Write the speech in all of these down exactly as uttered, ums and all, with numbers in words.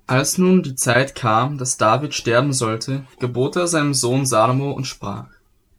Als nun die Zeit kam, dass David sterben sollte, gebot er seinem Sohn Salomo und sprach: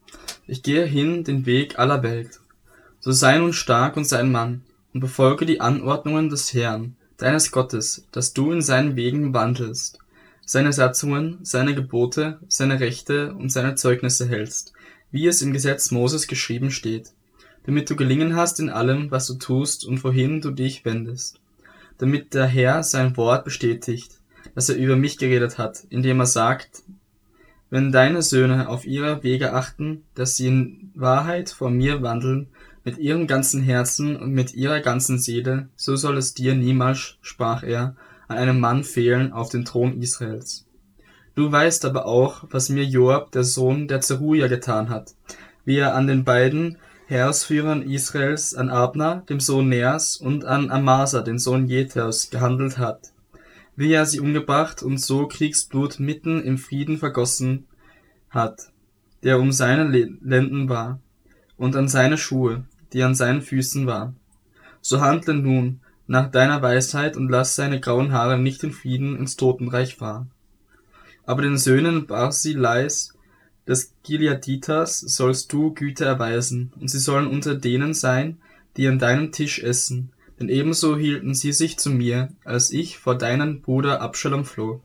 Ich gehe hin den Weg aller Welt. So sei nun stark und sei ein Mann und befolge die Anordnungen des Herrn, deines Gottes, dass du in seinen Wegen wandelst, seine Satzungen, seine Gebote, seine Rechte und seine Zeugnisse hältst, wie es im Gesetz Moses geschrieben steht, damit du gelingen hast in allem, was du tust und wohin du dich wendest. Damit der Herr sein Wort bestätigt, das er über mich geredet hat, indem er sagt: Wenn deine Söhne auf ihre Wege achten, dass sie in Wahrheit vor mir wandeln, mit ihrem ganzen Herzen und mit ihrer ganzen Seele, so soll es dir niemals, sprach er, an einem Mann fehlen auf dem Thron Israels. Du weißt aber auch, was mir Joab, der Sohn der Zeruja, getan hat, wie er an den beiden Heeresführern Israels, an Abner, dem Sohn Neas, und an Amasa, den Sohn Jethers, gehandelt hat, wie er sie umgebracht und so Kriegsblut mitten im Frieden vergossen hat, der um seine Lenden war, und an seine Schuhe, die an seinen Füßen war. So handle nun nach deiner Weisheit und lass seine grauen Haare nicht in Frieden ins Totenreich fahren. Aber den Söhnen Barsilais des Gileaditers sollst du Güte erweisen, und sie sollen unter denen sein, die an deinem Tisch essen, denn ebenso hielten sie sich zu mir, als ich vor deinem Bruder Abschalom floh.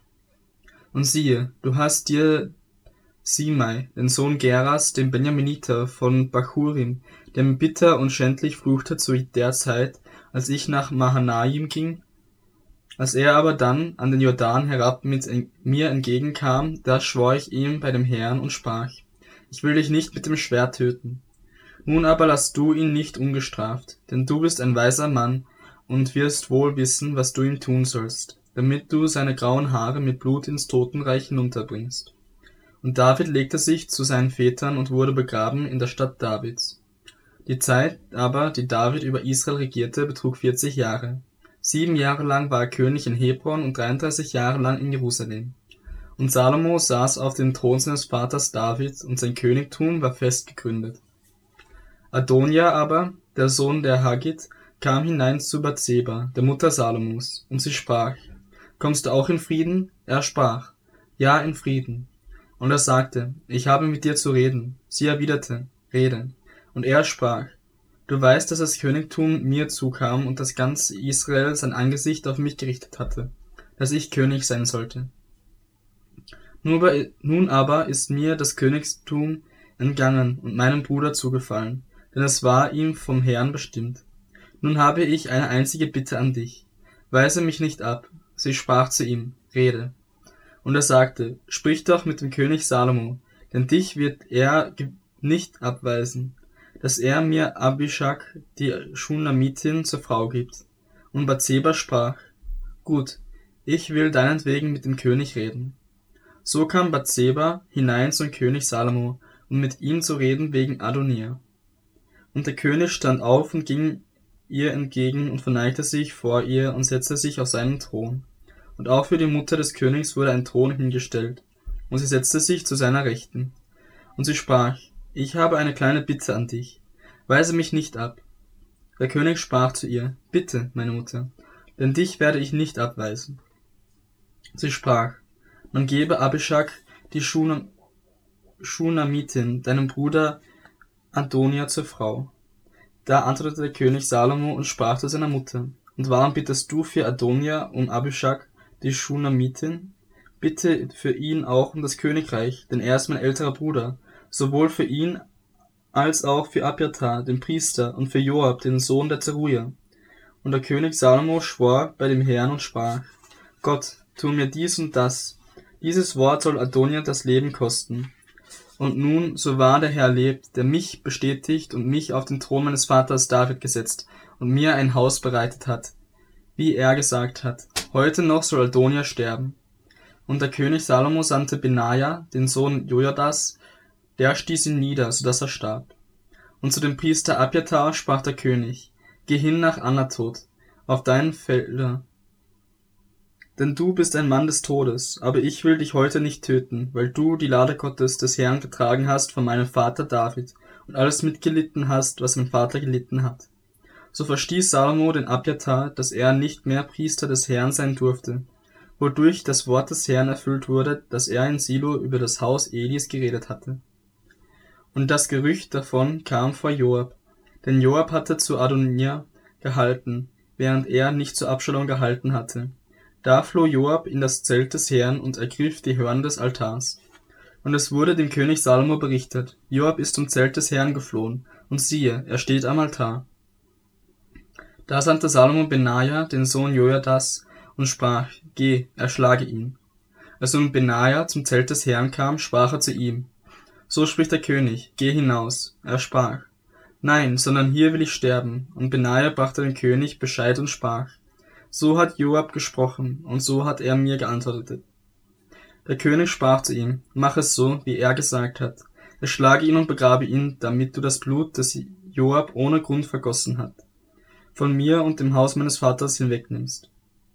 Und siehe, du hast dir Simei, den Sohn Geras, den Benjaminiter von Bachurim, der mir bitter und schändlich fluchte zu der Zeit, als ich nach Mahanaim ging. Als er aber dann an den Jordan herab mit mir entgegenkam, da schwor ich ihm bei dem Herrn und sprach: Ich will dich nicht mit dem Schwert töten. Nun aber lass du ihn nicht ungestraft, denn du bist ein weiser Mann und wirst wohl wissen, was du ihm tun sollst, damit du seine grauen Haare mit Blut ins Totenreich hinunterbringst. Und David legte sich zu seinen Vätern und wurde begraben in der Stadt Davids. Die Zeit aber, die David über Israel regierte, betrug vierzig Jahre. Sieben Jahre lang war er König in Hebron und dreiunddreißig Jahre lang in Jerusalem. Und Salomo saß auf dem Thron seines Vaters David, und sein Königtum war fest gegründet. Adonija aber, der Sohn der Haggit, kam hinein zu Bathseba, der Mutter Salomos, und sie sprach: Kommst du auch in Frieden? Er sprach: Ja, in Frieden. Und er sagte: Ich habe mit dir zu reden. Sie erwiderte: Rede. Und er sprach: Du weißt, dass das Königtum mir zukam und dass ganz Israel sein Angesicht auf mich gerichtet hatte, dass ich König sein sollte. Nun aber ist mir das Königtum entgangen und meinem Bruder zugefallen, denn es war ihm vom Herrn bestimmt. Nun habe ich eine einzige Bitte an dich: Weise mich nicht ab. Sie sprach zu ihm: Rede. Und er sagte: Sprich doch mit dem König Salomo, denn dich wird er nicht abweisen, dass er mir Abishag, die Schunamitin, zur Frau gibt. Und Bathseba sprach: Gut, ich will deinetwegen mit dem König reden. So kam Bathseba hinein zum König Salomo, um mit ihm zu reden wegen Adonija. Und der König stand auf und ging ihr entgegen und verneigte sich vor ihr und setzte sich auf seinen Thron. Und auch für die Mutter des Königs wurde ein Thron hingestellt, und sie setzte sich zu seiner Rechten. Und sie sprach: Ich habe eine kleine Bitte an dich. Weise mich nicht ab. Der König sprach zu ihr: Bitte, meine Mutter, denn dich werde ich nicht abweisen. Sie sprach: Man gebe Abishag, die Schunam Schunamitin, deinem Bruder Adonija zur Frau. Da antwortete der König Salomo und sprach zu seiner Mutter: Und warum bittest du für Adonija um Abishag, die Schunamitin? Bitte für ihn auch um das Königreich, denn er ist mein älterer Bruder, sowohl für ihn als auch für Abiathar, den Priester, und für Joab, den Sohn der Zeruja. Und der König Salomo schwor bei dem Herrn und sprach: Gott, tu mir dies und das. Dieses Wort soll Adonija das Leben kosten. Und nun, so wahr der Herr lebt, der mich bestätigt und mich auf den Thron meines Vaters David gesetzt und mir ein Haus bereitet hat, wie er gesagt hat, heute noch soll Adonija sterben. Und der König Salomo sandte Benaja, den Sohn Jojadas, der stieß ihn nieder, so dass er starb. Und zu dem Priester Abiathar sprach der König: Geh hin nach Anatot, auf deinen Felder, denn du bist ein Mann des Todes, aber ich will dich heute nicht töten, weil du die Lade Gottes des Herrn getragen hast von meinem Vater David und alles mitgelitten hast, was mein Vater gelitten hat. So verstieß Salomo den Abiathar, dass er nicht mehr Priester des Herrn sein durfte, wodurch das Wort des Herrn erfüllt wurde, das er in Silo über das Haus Elis geredet hatte. Und das Gerücht davon kam vor Joab, denn Joab hatte zu Adonija gehalten, während er nicht zu Abschalom gehalten hatte. Da floh Joab in das Zelt des Herrn und ergriff die Hörner des Altars. Und es wurde dem König Salomo berichtet, Joab ist zum Zelt des Herrn geflohen, und siehe, er steht am Altar. Da sandte Salomo Benaja, den Sohn Jojadas, und sprach, geh, erschlage ihn. Als nun Benaja zum Zelt des Herrn kam, sprach er zu ihm, so spricht der König, geh hinaus. Er sprach, nein, sondern hier will ich sterben. Und Benaja brachte dem König Bescheid und sprach, so hat Joab gesprochen, und so hat er mir geantwortet. Der König sprach zu ihm, mach es so, wie er gesagt hat. Erschlage ihn und begrabe ihn, damit du das Blut, das Joab ohne Grund vergossen hat, von mir und dem Haus meines Vaters hinwegnimmst.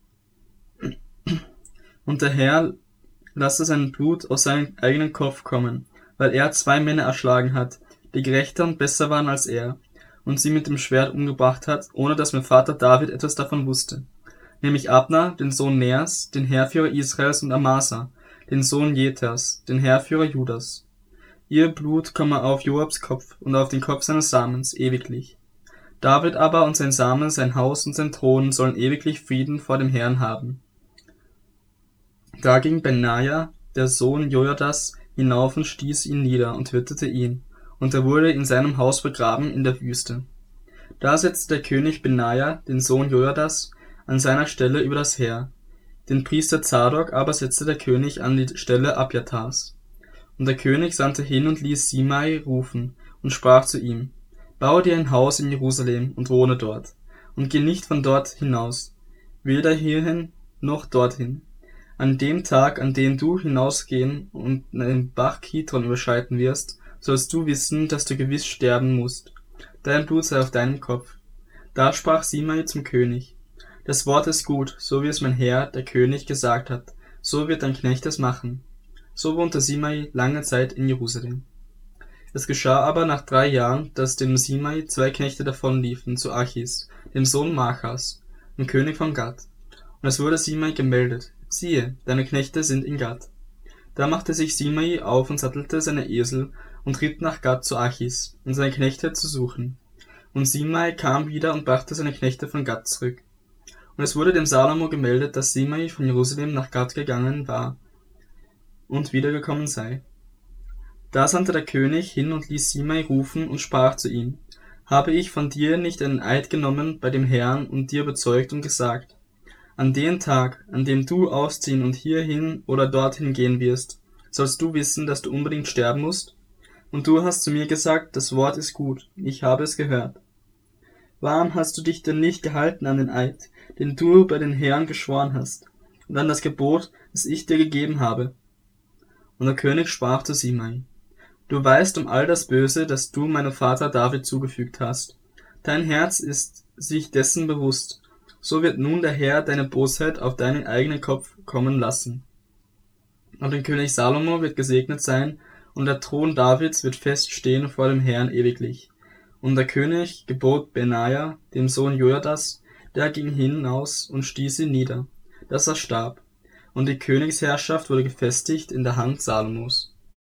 Und der Herr lasse sein Blut aus seinem eigenen Kopf kommen, weil er zwei Männer erschlagen hat, die gerechter und besser waren als er, und sie mit dem Schwert umgebracht hat, ohne dass mein Vater David etwas davon wusste. Nämlich Abner, den Sohn Neas, den Heerführer Israels, und Amasa, den Sohn Jeters, den Heerführer Judas. Ihr Blut komme auf Joabs Kopf und auf den Kopf seines Samens ewiglich. David aber und sein Same, sein Haus und sein Thron sollen ewiglich Frieden vor dem Herrn haben. Da ging Benaja, der Sohn Jojadas, hinauf und stieß ihn nieder und tötete ihn, und er wurde in seinem Haus begraben in der Wüste. Da setzte der König Benaja, den Sohn Jojadas, an seiner Stelle über das Heer. Den Priester Zadok aber setzte der König an die Stelle Abjatars. Und der König sandte hin und ließ Simei rufen und sprach zu ihm, baue dir ein Haus in Jerusalem und wohne dort, und geh nicht von dort hinaus, weder hierhin noch dorthin. An dem Tag, an dem du hinausgehen und den Bach Kidron überschreiten wirst, sollst du wissen, dass du gewiss sterben musst. Dein Blut sei auf deinem Kopf. Da sprach Simei zum König, das Wort ist gut, so wie es mein Herr, der König, gesagt hat, so wird dein Knecht es machen. So wohnte Simei lange Zeit in Jerusalem. Es geschah aber nach drei Jahren, dass dem Simei zwei Knechte davonliefen zu Achis, dem Sohn Machas, dem König von Gad. Und es wurde Simei gemeldet, siehe, deine Knechte sind in Gad. Da machte sich Simei auf und sattelte seine Esel und ritt nach Gad zu Achis, um seine Knechte zu suchen. Und Simei kam wieder und brachte seine Knechte von Gad zurück. Und es wurde dem Salomo gemeldet, dass Simei von Jerusalem nach Gad gegangen war und wiedergekommen sei. Da sandte der König hin und ließ Simei rufen und sprach zu ihm, habe ich von dir nicht einen Eid genommen bei dem Herrn und dir bezeugt und gesagt, an dem Tag, an dem du ausziehen und hierhin oder dorthin gehen wirst, sollst du wissen, dass du unbedingt sterben musst? Und du hast zu mir gesagt, das Wort ist gut, ich habe es gehört. Warum hast du dich denn nicht gehalten an den Eid, den du bei den Herren geschworen hast, und an das Gebot, das ich dir gegeben habe? Und der König sprach zu Simei, du weißt um all das Böse, das du meinem Vater David zugefügt hast. Dein Herz ist sich dessen bewusst, so wird nun der Herr deine Bosheit auf deinen eigenen Kopf kommen lassen. Und der König Salomo wird gesegnet sein, und der Thron Davids wird fest stehen vor dem Herrn ewiglich. Und der König gebot Benaja, dem Sohn Jojadas, der ging hinaus und stieß ihn nieder, dass er starb. Und die Königsherrschaft wurde gefestigt in der Hand Salomos.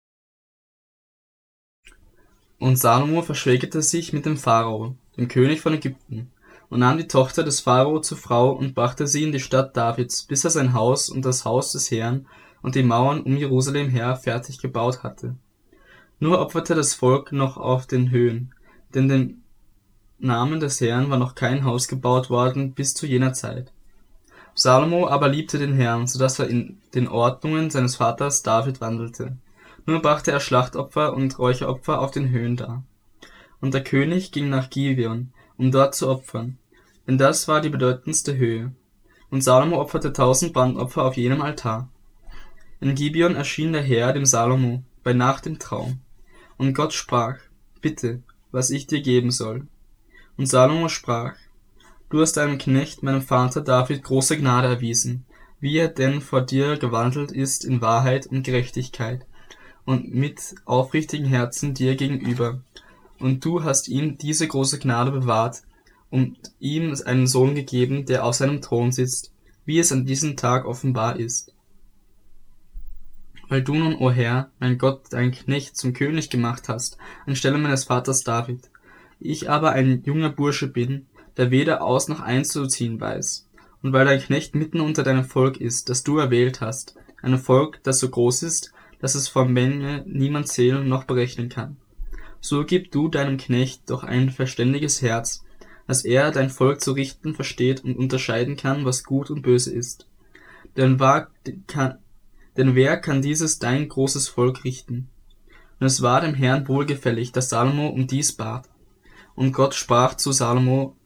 Und Salomo verschwägerte sich mit dem Pharao, dem König von Ägypten, und nahm die Tochter des Pharao zur Frau und brachte sie in die Stadt Davids, bis er sein Haus und das Haus des Herrn und die Mauern um Jerusalem her fertig gebaut hatte. Nur opferte das Volk noch auf den Höhen, denn dem Namen des Herrn war noch kein Haus gebaut worden bis zu jener Zeit. Salomo aber liebte den Herrn, so dass er in den Ordnungen seines Vaters David wandelte. Nur brachte er Schlachtopfer und Räucheropfer auf den Höhen dar. Und der König ging nach Gibeon, um dort zu opfern, denn das war die bedeutendste Höhe. Und Salomo opferte tausend Brandopfer auf jenem Altar. In Gibeon erschien der Herr dem Salomo bei Nacht im Traum. Und Gott sprach, bitte, was ich dir geben soll. Und Salomo sprach, du hast deinem Knecht, meinem Vater David, große Gnade erwiesen, wie er denn vor dir gewandelt ist in Wahrheit und Gerechtigkeit und mit aufrichtigem Herzen dir gegenüber. Und du hast ihm diese große Gnade bewahrt und ihm einen Sohn gegeben, der auf seinem Thron sitzt, wie es an diesem Tag offenbar ist. Weil du nun, o Herr, mein Gott, deinen Knecht zum König gemacht hast, anstelle meines Vaters David, ich aber ein junger Bursche bin, der weder aus noch einzuziehen weiß, und weil dein Knecht mitten unter deinem Volk ist, das du erwählt hast, ein Volk, das so groß ist, dass es vor Menge niemand zählen noch berechnen kann. So gib du deinem Knecht doch ein verständiges Herz, dass er dein Volk zu richten versteht und unterscheiden kann, was gut und böse ist. Denn, war, kann, denn wer kann dieses dein großes Volk richten? Und es war dem Herrn wohlgefällig, dass Salomo um dies bat. Und Gott sprach zu Salomo: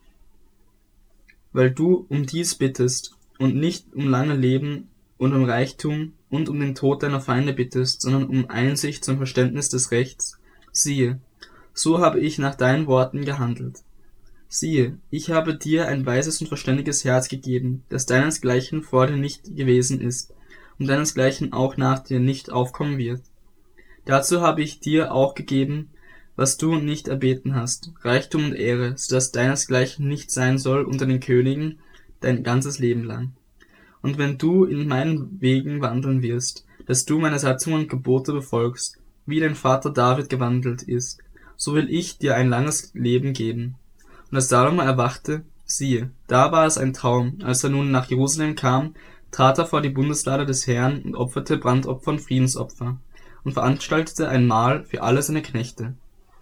Weil du um dies bittest und nicht um lange Leben und um Reichtum und um den Tod deiner Feinde bittest, sondern um Einsicht zum Verständnis des Rechts, siehe, so habe ich nach deinen Worten gehandelt. Siehe, ich habe dir ein weises und verständiges Herz gegeben, das deinesgleichen vor dir nicht gewesen ist und deinesgleichen auch nach dir nicht aufkommen wird. Dazu habe ich dir auch gegeben, was du nicht erbeten hast, Reichtum und Ehre, so dass deinesgleichen nicht sein soll unter den Königen dein ganzes Leben lang. Und wenn du in meinen Wegen wandeln wirst, dass du meine Satzungen und Gebote befolgst, wie dein Vater David gewandelt ist, so will ich dir ein langes Leben geben. Und als Salomo erwachte, siehe, da war es ein Traum, als er nun nach Jerusalem kam, trat er vor die Bundeslade des Herrn und opferte Brandopfer und Friedensopfer und veranstaltete ein Mahl für alle seine Knechte.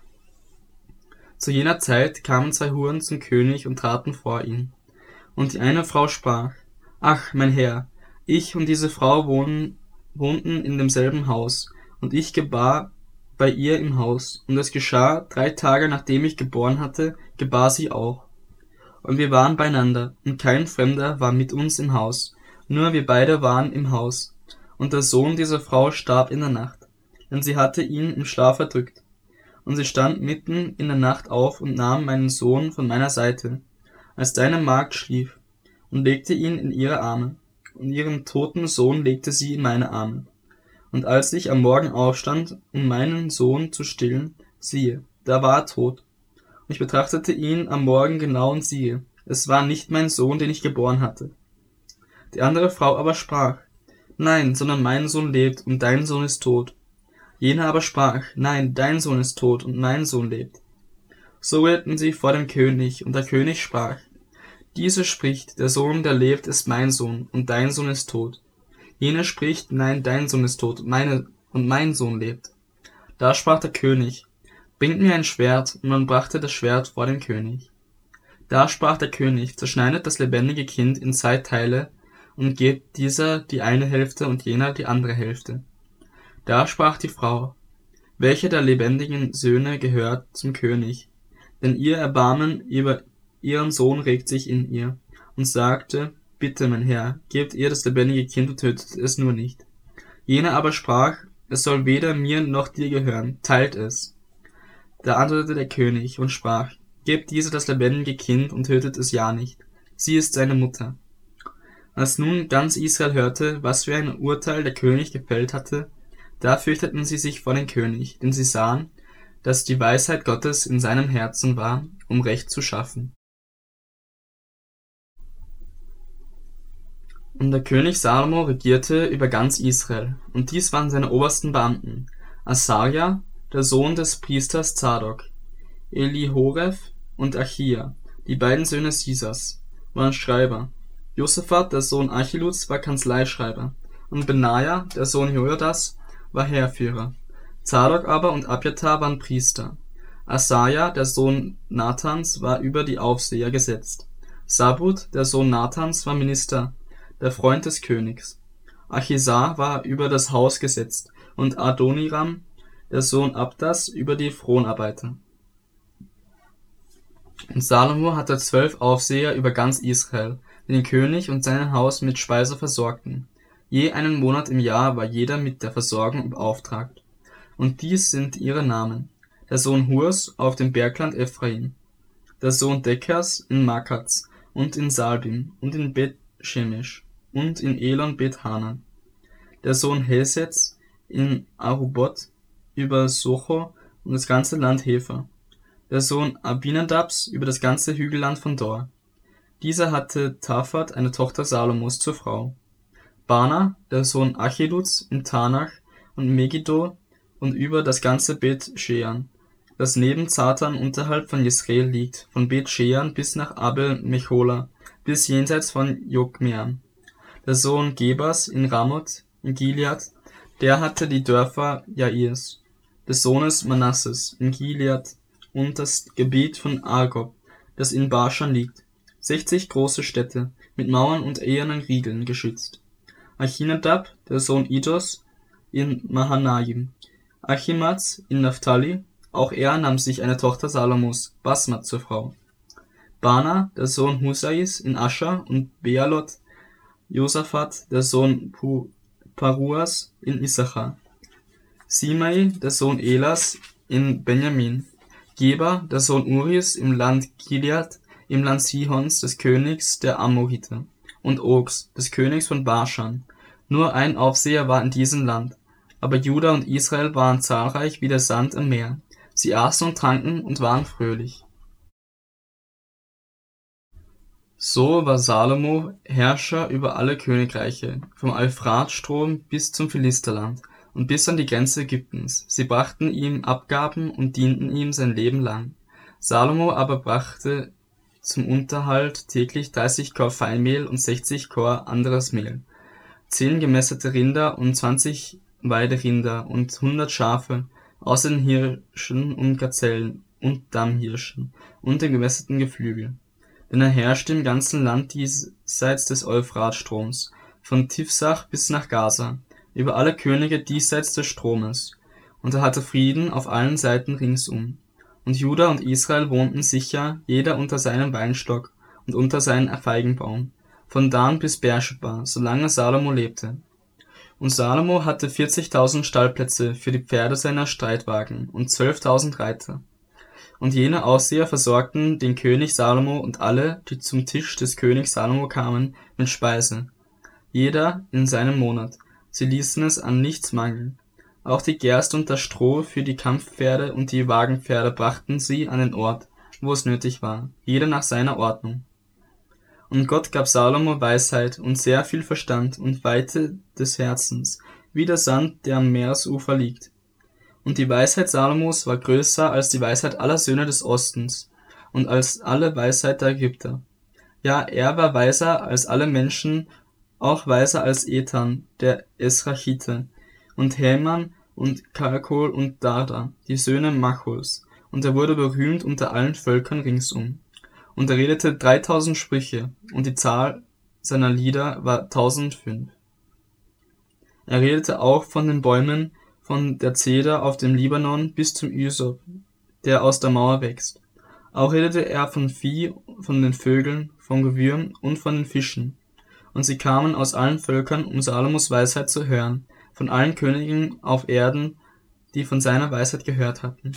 Zu jener Zeit kamen zwei Huren zum König und traten vor ihn. Und die eine Frau sprach: Ach, mein Herr, ich und diese Frau wohnen, wohnten in demselben Haus, und ich gebar bei ihr im Haus. Und es geschah, drei Tage nachdem ich geboren hatte, gebar sie auch. Und wir waren beieinander, und kein Fremder war mit uns im Haus, nur wir beide waren im Haus. Und der Sohn dieser Frau starb in der Nacht, denn sie hatte ihn im Schlaf erdrückt. Und sie stand mitten in der Nacht auf und nahm meinen Sohn von meiner Seite, als deine Magd schlief, und legte ihn in ihre Arme. Und ihren toten Sohn legte sie in meine Arme. Und als ich am Morgen aufstand, um meinen Sohn zu stillen, siehe, da war er tot. Und ich betrachtete ihn am Morgen genau, und siehe, es war nicht mein Sohn, den ich geboren hatte. Die andere Frau aber sprach: Nein, sondern mein Sohn lebt, und dein Sohn ist tot. Jene aber sprach: Nein, dein Sohn ist tot, und mein Sohn lebt. So redeten sie vor dem König, und der König sprach: Diese spricht, der Sohn, der lebt, ist mein Sohn, und dein Sohn ist tot. Jene spricht: Nein, dein Sohn ist tot, und, meine, und mein Sohn lebt. Da sprach der König: Bringt mir ein Schwert, und man brachte das Schwert vor den König. Da sprach der König: Zerschneidet das lebendige Kind in zwei Teile, und gebt dieser die eine Hälfte und jener die andere Hälfte. Da sprach die Frau: Welcher der lebendigen Söhne gehört zum König? Denn ihr Erbarmen über ihren Sohn regt sich in ihr, und sagte: Bitte, mein Herr, gebt ihr das lebendige Kind und tötet es nur nicht. Jener aber sprach: Es soll weder mir noch dir gehören, teilt es. Da antwortete der König und sprach: Gebt dieser das lebendige Kind und tötet es ja nicht. Sie ist seine Mutter. Als nun ganz Israel hörte, was für ein Urteil der König gefällt hatte, da fürchteten sie sich vor dem König, denn sie sahen, dass die Weisheit Gottes in seinem Herzen war, um Recht zu schaffen. Und der König Salomo regierte über ganz Israel, und dies waren seine obersten Beamten: Asaria, der Sohn des Priesters Zadok, Elihoref und Achia, die beiden Söhne Sisas, waren Schreiber. Josaphat, der Sohn Achiluds, war Kanzleischreiber, und Benaja, der Sohn Jojadas, war Heerführer. Zadok aber und Abjatar waren Priester. Asaja, der Sohn Nathans, war über die Aufseher gesetzt. Sabud, der Sohn Nathans, war Minister, der Freund des Königs. Achisar war über das Haus gesetzt, und Adoniram, der Sohn Abdas, über die Fronarbeiter. Und Salomo hatte zwölf Aufseher über ganz Israel, die den König und sein Haus mit Speise versorgten. Je einen Monat im Jahr war jeder mit der Versorgung beauftragt. Und dies sind ihre Namen: der Sohn Hurs auf dem Bergland Ephraim, der Sohn Dekas in Makaz und in Salbim und in Bet-Shemesh und in Elon Bet-Hanan, der Sohn Heseds in Arubot über Socho und das ganze Land Hefer, der Sohn Abinadabs über das ganze Hügelland von Dor. Dieser hatte Tafat, eine Tochter Salomos, zur Frau. Bana, der Sohn Achiluds, in Tanach und Megiddo und über das ganze Bet Shean, das neben Zatan unterhalb von Jesreel liegt, von Bet Shean bis nach Abel Mechola, bis jenseits von Jokmeam. Der Sohn Gebas in Ramoth in Gilead, der hatte die Dörfer Jairs, des Sohnes Manasses in Gilead und das Gebiet von Argob, das in Baschan liegt, sechzig große Städte, mit Mauern und ehernen Riegeln geschützt. Achinadab, der Sohn Idos, in Mahanaim, Achimaaz in Naphtali, auch er nahm sich eine Tochter Salomos, Basmat, zur Frau. Bana, der Sohn Husais, in Ascher und Bealot, Josaphat, der Sohn Pu Paruas, in Issachar. Simei, der Sohn Elas, in Benjamin. Geba, der Sohn Uris, im Land Gilead, im Land Sihons, des Königs der Amoriter, und Ogs, des Königs von Baschan. Nur ein Aufseher war in diesem Land, aber Juda und Israel waren zahlreich wie der Sand am Meer. Sie aßen und tranken und waren fröhlich. So war Salomo Herrscher über alle Königreiche, vom Euphratstrom bis zum Philisterland und bis an die Grenze Ägyptens. Sie brachten ihm Abgaben und dienten ihm sein Leben lang. Salomo aber brachte zum Unterhalt täglich dreißig Kor Feinmehl und sechzig Kor anderes Mehl, zehn gemästete Rinder und zwanzig Weiderinder und hundert Schafe, außer den Hirschen und Gazellen und Dammhirschen und dem gemästeten Geflügel. Denn er herrschte im ganzen Land diesseits des Euphratstroms, von Tifsach bis nach Gaza, über alle Könige diesseits des Stromes. Und er hatte Frieden auf allen Seiten ringsum. Und Juda und Israel wohnten sicher, jeder unter seinem Weinstock und unter seinem Feigenbaum, von Dan bis Beersheba, solange Salomo lebte. Und Salomo hatte vierzigtausend Stallplätze für die Pferde seiner Streitwagen und zwölftausend Reiter. Und jene Ausseher versorgten den König Salomo und alle, die zum Tisch des Königs Salomo kamen, mit Speise, jeder in seinem Monat. Sie ließen es an nichts mangeln. Auch die Gerste und das Stroh für die Kampfpferde und die Wagenpferde brachten sie an den Ort, wo es nötig war, jeder nach seiner Ordnung. Und Gott gab Salomo Weisheit und sehr viel Verstand und Weite des Herzens, wie der Sand, der am Meeresufer liegt. Und die Weisheit Salomos war größer als die Weisheit aller Söhne des Ostens und als alle Weisheit der Ägypter. Ja, er war weiser als alle Menschen, auch weiser als Ethan, der Esrachite, und Heman und Kalkol und Darda, die Söhne Machuls, und er wurde berühmt unter allen Völkern ringsum. Und er redete dreitausend Sprüche, und die Zahl seiner Lieder war tausendfünf. Er redete auch von den Bäumen, von der Zeder auf dem Libanon bis zum Ysop, der aus der Mauer wächst. Auch redete er von Vieh, von den Vögeln, vom Gewürm und von den Fischen. Und sie kamen aus allen Völkern, um Salomos Weisheit zu hören, von allen Königen auf Erden, die von seiner Weisheit gehört hatten.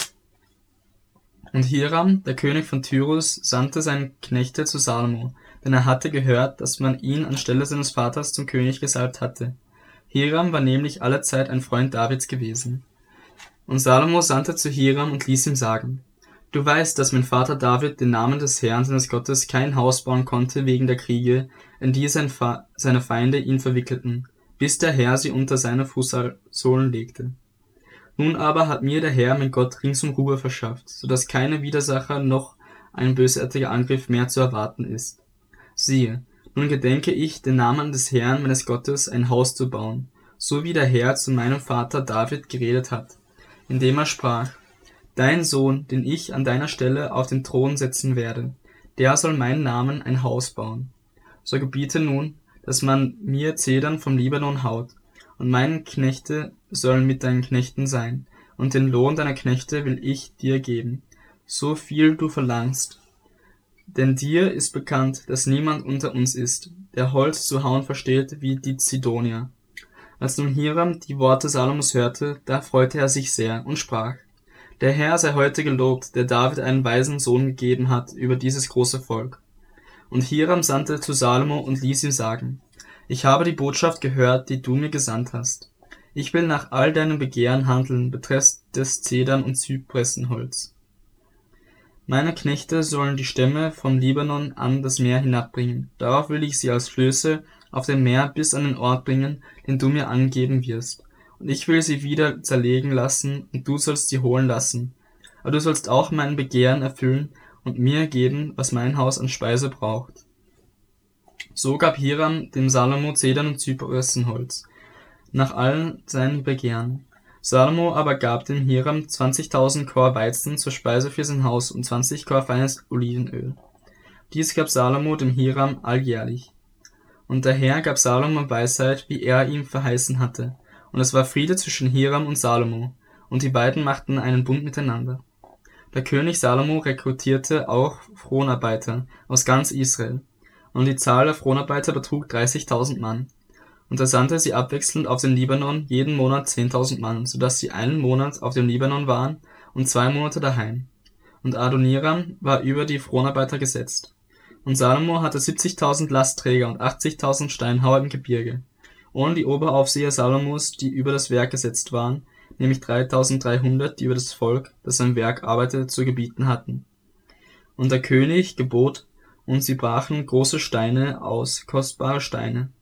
Und Hiram, der König von Tyrus, sandte seine Knechte zu Salomo, denn er hatte gehört, dass man ihn anstelle seines Vaters zum König gesalbt hatte. Hiram war nämlich allezeit ein Freund Davids gewesen. Und Salomo sandte zu Hiram und ließ ihm sagen: Du weißt, dass mein Vater David den Namen des Herrn seines Gottes kein Haus bauen konnte wegen der Kriege, in die sein Fa- seine Feinde ihn verwickelten, bis der Herr sie unter seine Fußsohlen legte. Nun aber hat mir der Herr, mein Gott, ringsum Ruhe verschafft, so dass keine Widersacher noch ein bösartiger Angriff mehr zu erwarten ist. Siehe, nun gedenke ich, den Namen des Herrn meines Gottes ein Haus zu bauen, so wie der Herr zu meinem Vater David geredet hat, indem er sprach: Dein Sohn, den ich an deiner Stelle auf den Thron setzen werde, der soll meinen Namen ein Haus bauen. So gebiete nun, dass man mir Zedern vom Libanon haut, und meine Knechte sollen mit deinen Knechten sein, und den Lohn deiner Knechte will ich dir geben, so viel du verlangst. Denn dir ist bekannt, dass niemand unter uns ist, der Holz zu hauen versteht wie die Zidonier. Als nun Hiram die Worte Salomos hörte, da freute er sich sehr und sprach: Der Herr sei heute gelobt, der David einen weisen Sohn gegeben hat über dieses große Volk. Und Hiram sandte zu Salomo und ließ ihm sagen: Ich habe die Botschaft gehört, die du mir gesandt hast. Ich will nach all deinen Begehren handeln betreffs des Zedern und Zypressenholz. Meine Knechte sollen die Stämme vom Libanon an das Meer hinabbringen. Darauf will ich sie als Flöße auf dem Meer bis an den Ort bringen, den du mir angeben wirst. Und ich will sie wieder zerlegen lassen, und du sollst sie holen lassen. Aber du sollst auch mein Begehren erfüllen und mir geben, was mein Haus an Speise braucht. So gab Hiram dem Salomo Zedern und Zypressenholz, nach allen seinen Begehren. Salomo aber gab dem Hiram zwanzigtausend Kor Weizen zur Speise für sein Haus und zwanzig Kor feines Olivenöl. Dies gab Salomo dem Hiram alljährlich. Und der Herr gab Salomo Weisheit, wie er ihm verheißen hatte. Und es war Friede zwischen Hiram und Salomo, und die beiden machten einen Bund miteinander. Der König Salomo rekrutierte auch Fronarbeiter aus ganz Israel, und die Zahl der Fronarbeiter betrug dreißigtausend Mann. Und er sandte sie abwechselnd auf den Libanon, jeden Monat zehntausend Mann, so dass sie einen Monat auf dem Libanon waren und zwei Monate daheim. Und Adoniram war über die Fronarbeiter gesetzt. Und Salomo hatte siebzigtausend Lastträger und achtzigtausend Steinhauer im Gebirge, ohne die Oberaufseher Salomos, die über das Werk gesetzt waren, nämlich dreitausenddreihundert, die über das Volk, das am Werk arbeitete, zu gebieten hatten. Und der König gebot, und sie brachen große Steine aus, kostbare Steine.